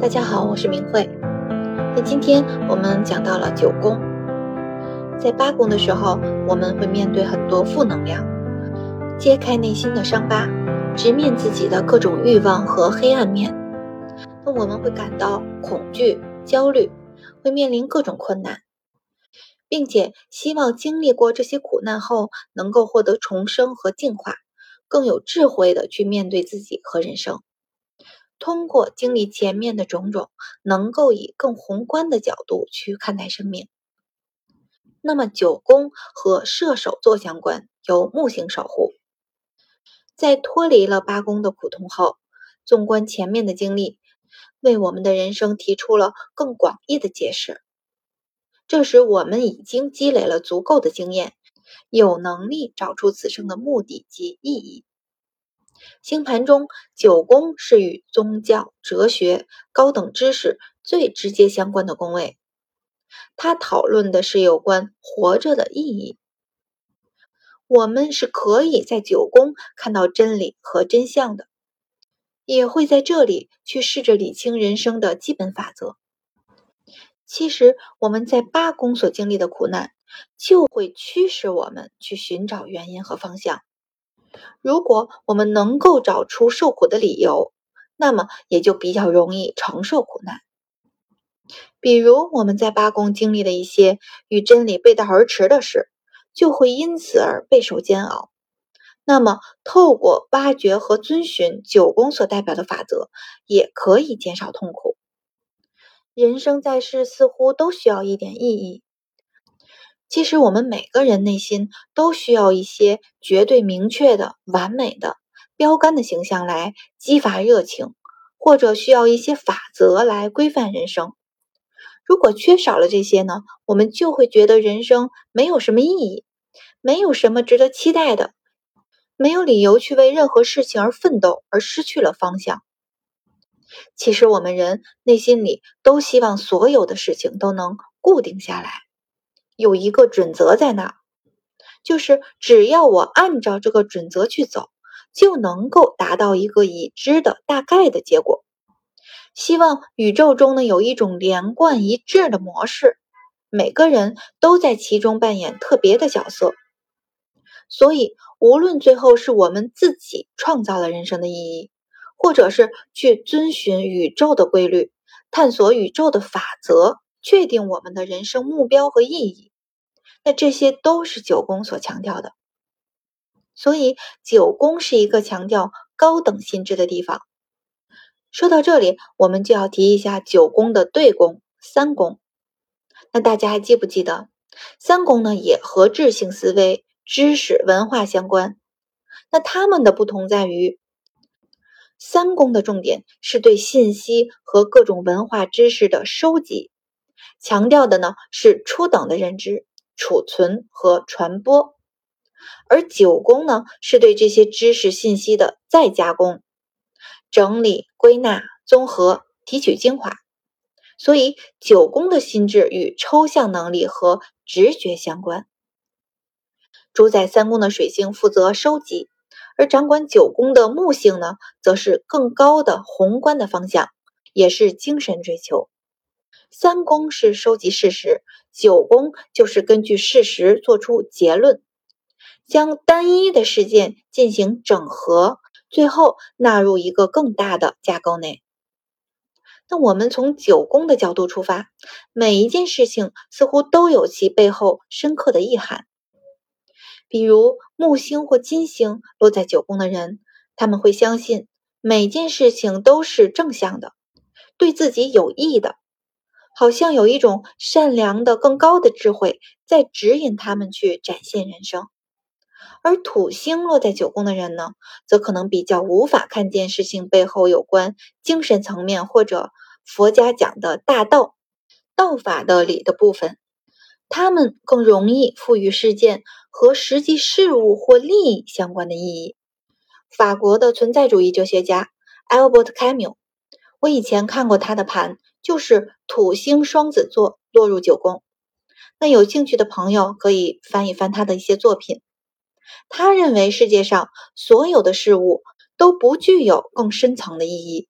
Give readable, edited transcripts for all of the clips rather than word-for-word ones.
大家好，我是明慧。那今天我们讲到了九宫。在八宫的时候，我们会面对很多负能量，揭开内心的伤疤，直面自己的各种欲望和黑暗面。那我们会感到恐惧、焦虑，会面临各种困难，并且希望经历过这些苦难后，能够获得重生和净化，更有智慧地去面对自己和人生。通过经历前面的种种，能够以更宏观的角度去看待生命。那么九宫和射手座相关，由木星守护。在脱离了八宫的苦痛后，纵观前面的经历，为我们的人生提出了更广义的解释。这时我们已经积累了足够的经验，有能力找出此生的目的及意义。星盘中，九宫是与宗教、哲学、高等知识最直接相关的宫位。它讨论的是有关活着的意义。我们是可以在九宫看到真理和真相的，也会在这里去试着理清人生的基本法则。其实我们在八宫所经历的苦难，就会驱使我们去寻找原因和方向。如果我们能够找出受苦的理由，那么也就比较容易承受苦难。比如我们在八宫经历了一些与真理背道而驰的事，就会因此而备受煎熬。那么透过挖掘和遵循九宫所代表的法则，也可以减少痛苦。人生在世似乎都需要一点意义。其实我们每个人内心都需要一些绝对明确的、完美的、标杆的形象来激发热情，或者需要一些法则来规范人生。如果缺少了这些呢，我们就会觉得人生没有什么意义，没有什么值得期待的，没有理由去为任何事情而奋斗，而失去了方向。其实我们人内心里都希望所有的事情都能固定下来，有一个准则在那儿，就是只要我按照这个准则去走，就能够达到一个已知的大概的结果。希望宇宙中呢有一种连贯一致的模式，每个人都在其中扮演特别的角色。所以无论最后是我们自己创造了人生的意义，或者是去遵循宇宙的规律，探索宇宙的法则，确定我们的人生目标和意义，那这些都是九宫所强调的。所以九宫是一个强调高等心智的地方。说到这里，我们就要提一下九宫的对宫三宫。那大家还记不记得，三宫呢也和智性思维、知识、文化相关。那它们的不同在于，三宫的重点是对信息和各种文化知识的收集，强调的呢是初等的认知、储存和传播。而九宫呢是对这些知识信息的再加工、整理、归纳、综合、提取精华。所以九宫的心智与抽象能力和直觉相关。主宰三宫的水星负责收集，而掌管九宫的木星呢，则是更高的宏观的方向，也是精神追求。三宫是收集事实，九宫就是根据事实做出结论，将单一的事件进行整合，最后纳入一个更大的架构内。那我们从九宫的角度出发，每一件事情似乎都有其背后深刻的意涵。比如木星或金星落在九宫的人，他们会相信每件事情都是正向的，对自己有益的，好像有一种善良的更高的智慧在指引他们去展现人生。而土星落在九宫的人呢，则可能比较无法看见事情背后有关精神层面或者佛家讲的大道、道法的理的部分，他们更容易赋予事件和实际事物或利益相关的意义。法国的存在主义哲学家 Albert Camus， 我以前看过他的盘，就是土星双子座落入九宫。那有兴趣的朋友可以翻一翻他的一些作品。他认为世界上所有的事物都不具有更深层的意义，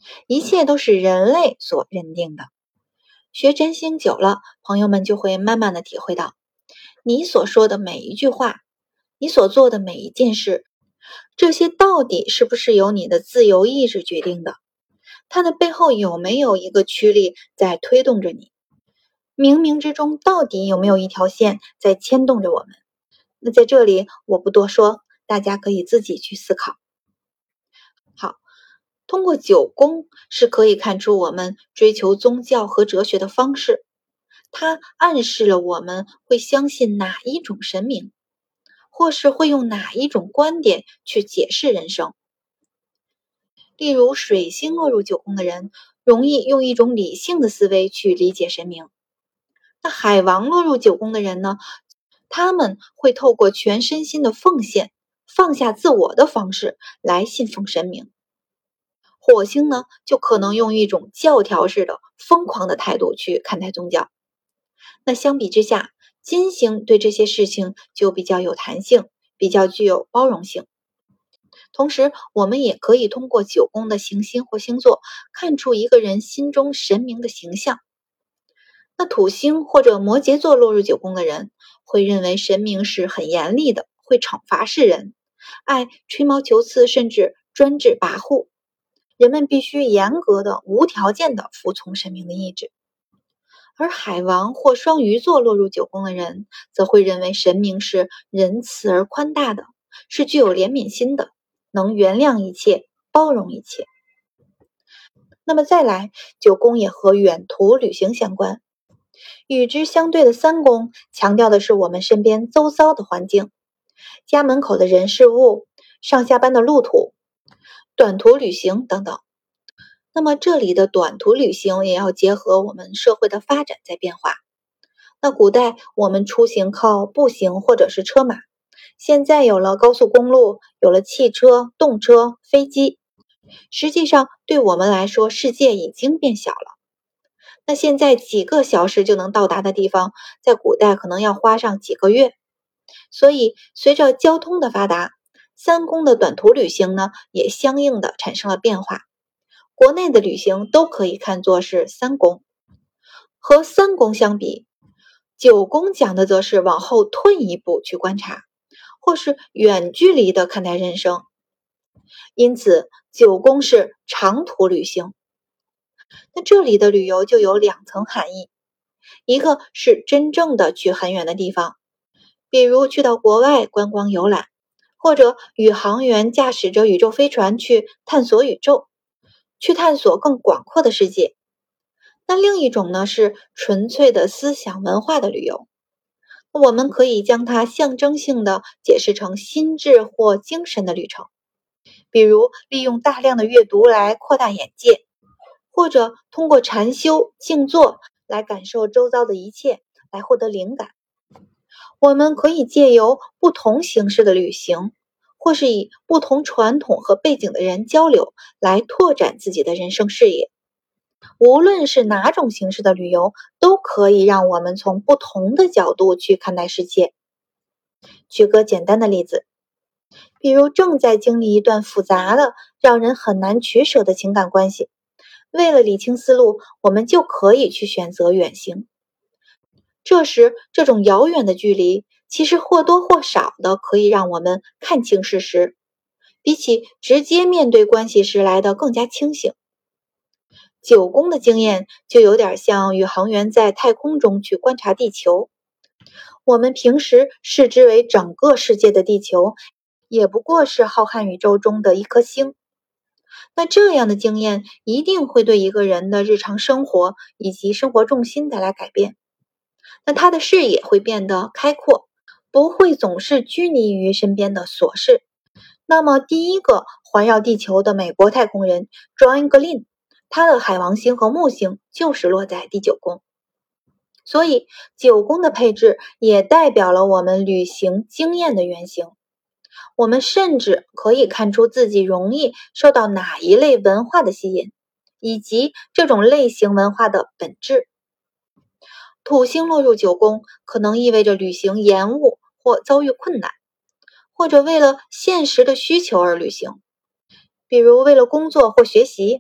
一切都是人类所认定的。学占星久了，朋友们就会慢慢的体会到，你所说的每一句话，你所做的每一件事，这些到底是不是由你的自由意志决定的？它的背后有没有一个驱力在推动着你？冥冥之中到底有没有一条线在牵动着我们？那在这里我不多说，大家可以自己去思考。好，通过九宫是可以看出我们追求宗教和哲学的方式，它暗示了我们会相信哪一种神明，或是会用哪一种观点去解释人生。例如水星落入九宫的人，容易用一种理性的思维去理解神明。那海王落入九宫的人呢，他们会透过全身心的奉献，放下自我的方式来信奉神明。火星呢，就可能用一种教条式的疯狂的态度去看待宗教。那相比之下，金星对这些事情就比较有弹性，比较具有包容性。同时，我们也可以通过九宫的行星或星座，看出一个人心中神明的形象。那土星或者摩羯座落入九宫的人，会认为神明是很严厉的，会惩罚世人，爱吹毛求疵，甚至专制跋扈。人们必须严格的、无条件的服从神明的意志。而海王或双鱼座落入九宫的人，则会认为神明是仁慈而宽大的，是具有怜悯心的，能原谅一切，包容一切。那么再来，九宫也和远途旅行相关。与之相对的三宫强调的是我们身边周遭的环境，家门口的人事物，上下班的路途，短途旅行等等。那么这里的短途旅行也要结合我们社会的发展在变化。那古代我们出行靠步行或者是车马，现在有了高速公路，有了汽车、动车、飞机，实际上对我们来说，世界已经变小了。那现在几个小时就能到达的地方，在古代可能要花上几个月。所以随着交通的发达，三宫的短途旅行呢，也相应的产生了变化。国内的旅行都可以看作是三宫。和三宫相比，九宫讲的则是往后退一步去观察，或是远距离的看待人生。因此九宫是长途旅行。那这里的旅游就有两层含义，一个是真正的去很远的地方，比如去到国外观光游览，或者宇航员驾驶着宇宙飞船去探索宇宙，去探索更广阔的世界。那另一种呢，是纯粹的思想文化的旅游，我们可以将它象征性的解释成心智或精神的旅程，比如利用大量的阅读来扩大眼界，或者通过禅修、静坐来感受周遭的一切，来获得灵感。我们可以借由不同形式的旅行，或是以不同传统和背景的人交流，来拓展自己的人生视野。无论是哪种形式的旅游，都可以让我们从不同的角度去看待世界。举个简单的例子，比如正在经历一段复杂的、让人很难取舍的情感关系，为了理清思路，我们就可以去选择远行。这时，这种遥远的距离，其实或多或少的可以让我们看清事实，比起直接面对关系时来的更加清醒。九宫的经验就有点像宇航员在太空中去观察地球，我们平时视之为整个世界的地球，也不过是浩瀚宇宙中的一颗星。那这样的经验一定会对一个人的日常生活以及生活重心带来改变。那他的视野会变得开阔，不会总是拘泥于身边的琐事。那么第一个环绕地球的美国太空人 John Glenn， 他的海王星和木星就是落在第九宫。所以九宫的配置也代表了我们旅行经验的原型。我们甚至可以看出自己容易受到哪一类文化的吸引，以及这种类型文化的本质。土星落入九宫，可能意味着旅行延误或遭遇困难，或者为了现实的需求而旅行，比如为了工作或学习。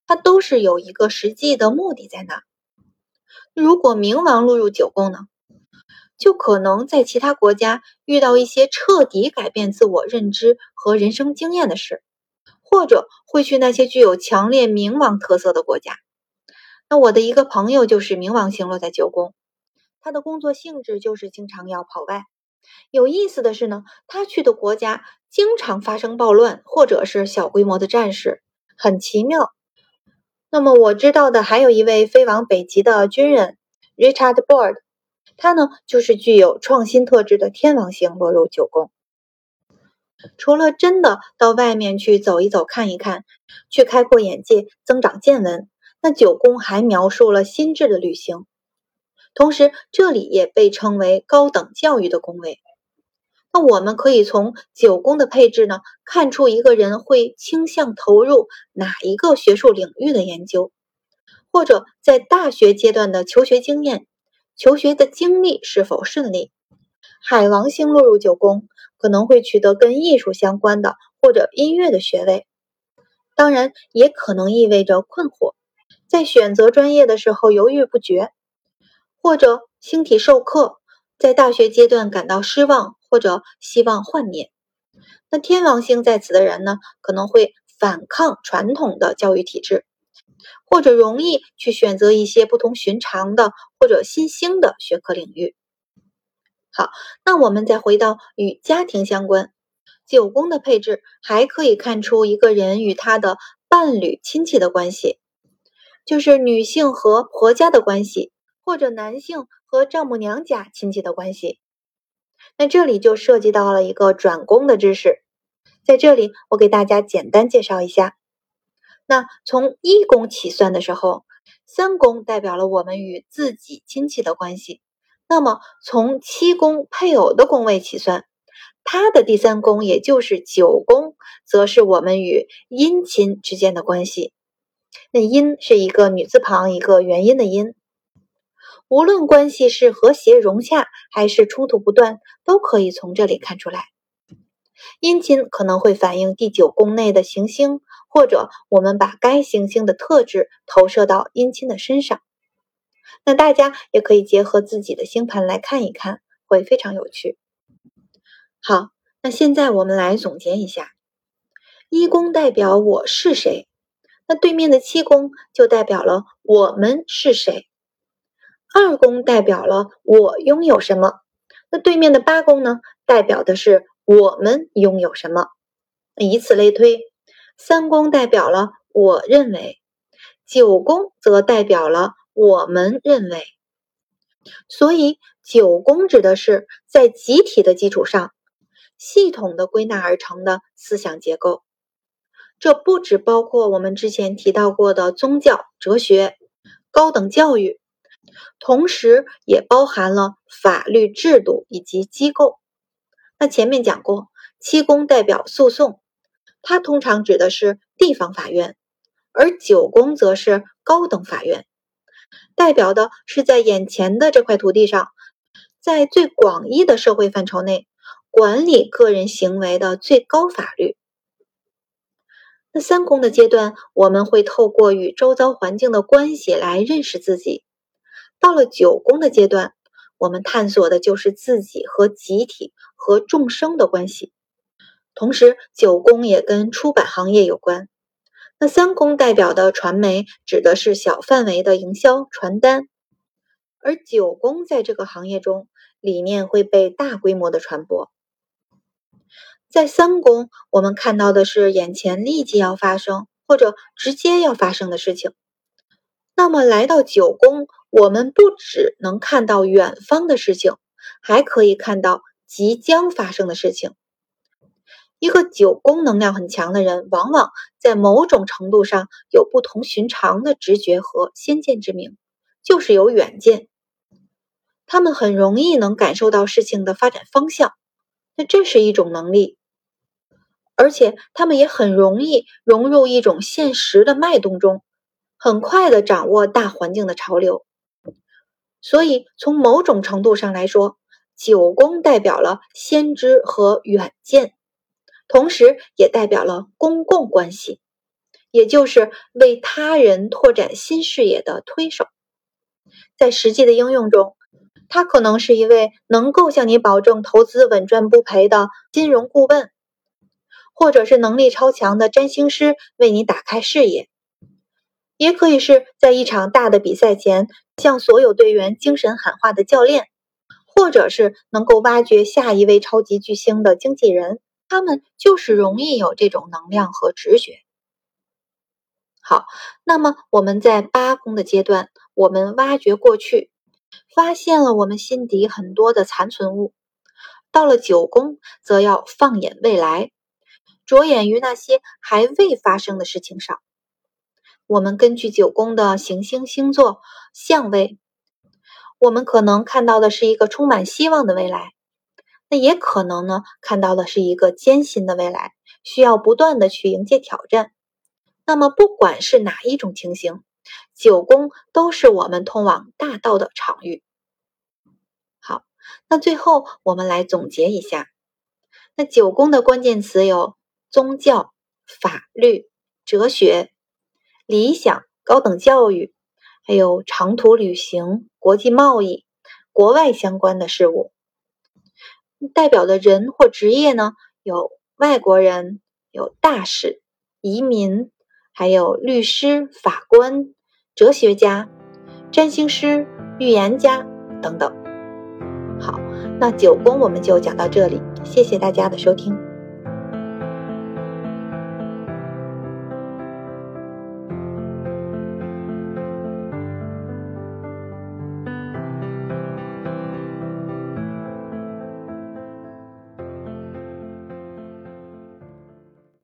它都是有一个实际的目的在那。如果冥王落入九宫呢，就可能在其他国家遇到一些彻底改变自我认知和人生经验的事，或者会去那些具有强烈冥王特色的国家。那我的一个朋友就是冥王星落在九宫，他的工作性质就是经常要跑外。有意思的是呢，他去的国家经常发生暴乱或者是小规模的战事，很奇妙。那么我知道的还有一位飞往北极的军人 Richard Board， 他呢就是具有创新特质的天王星落入九宫。除了真的到外面去走一走看一看，去开阔眼界增长见闻，那九宫还描述了心智的旅行，同时这里也被称为高等教育的宫位。那我们可以从九宫的配置呢，看出一个人会倾向投入哪一个学术领域的研究，或者在大学阶段的求学经验、求学的经历是否顺利。海王星落入九宫，可能会取得跟艺术相关的或者音乐的学位，当然也可能意味着困惑，在选择专业的时候犹豫不决，或者星体授课，在大学阶段感到失望或者希望幻灭。那天王星在此的人呢，可能会反抗传统的教育体制，或者容易去选择一些不同寻常的或者新兴的学科领域。好，那我们再回到与家庭相关，九宫的配置还可以看出一个人与他的伴侣亲戚的关系，就是女性和婆家的关系，或者男性和丈母娘家亲戚的关系。那这里就涉及到了一个转宫的知识，在这里我给大家简单介绍一下。那从一宫起算的时候，三宫代表了我们与自己亲戚的关系，那么从七宫配偶的宫位起算，它的第三宫也就是九宫，则是我们与姻亲之间的关系。那姻是一个女字旁一个元音的音，无论关系是和谐融洽还是冲突不断，都可以从这里看出来。姻亲可能会反映第九宫内的行星，或者我们把该行星的特质投射到姻亲的身上。那大家也可以结合自己的星盘来看一看，会非常有趣。好，那现在我们来总结一下。一宫代表我是谁，那对面的七宫就代表了我们是谁。二宫代表了我拥有什么，那对面的八宫呢，代表的是我们拥有什么。以此类推，三宫代表了我认为，九宫则代表了我们认为。所以九宫指的是在集体的基础上系统的归纳而成的思想结构，这不只包括我们之前提到过的宗教、哲学、高等教育，同时也包含了法律制度以及机构。那前面讲过，七宫代表诉讼，它通常指的是地方法院，而九宫则是高等法院，代表的是在眼前的这块土地上，在最广义的社会范畴内，管理个人行为的最高法律。那三宫的阶段，我们会透过与周遭环境的关系来认识自己。到了九宫的阶段，我们探索的就是自己和集体和众生的关系。同时，九宫也跟出版行业有关。那三宫代表的传媒指的是小范围的营销传单，而九宫在这个行业中，理念会被大规模的传播。在三宫，我们看到的是眼前立即要发生或者直接要发生的事情。那么来到九宫，我们不只能看到远方的事情，还可以看到即将发生的事情。一个九宫能量很强的人，往往在某种程度上有不同寻常的直觉和先见之明，就是有远见。他们很容易能感受到事情的发展方向，那这是一种能力。而且他们也很容易融入一种现实的脉动中，很快地掌握大环境的潮流。所以从某种程度上来说，九宫代表了先知和远见，同时也代表了公共关系， 也就是为他人拓展新视野的推手。在实际的应用中，他可能是一位能够向你保证投资稳赚不赔的金融顾问，或者是能力超强的占星师为你打开视野，也可以是在一场大的比赛前向所有队员精神喊话的教练，或者是能够挖掘下一位超级巨星的经纪人。他们就是容易有这种能量和直觉。好，那么我们在8宫的阶段，我们挖掘过去，发现了我们心底很多的残存物。到了9宫，则要放眼未来，着眼于那些还未发生的事情上。我们根据9宫的行星星座相位，我们可能看到的是一个充满希望的未来，那也可能呢看到的是一个艰辛的未来，需要不断的去迎接挑战。那么不管是哪一种情形，9宫都是我们通往大道的场域。好，那最后我们来总结一下。那9宫的关键词有宗教、法律、哲学、理想、高等教育，还有长途旅行、国际贸易、国外相关的事物。代表的人或职业呢，有外国人，有大使、移民，还有律师、法官、哲学家、占星师、预言家等等。好，那9宫我们就讲到这里，谢谢大家的收听。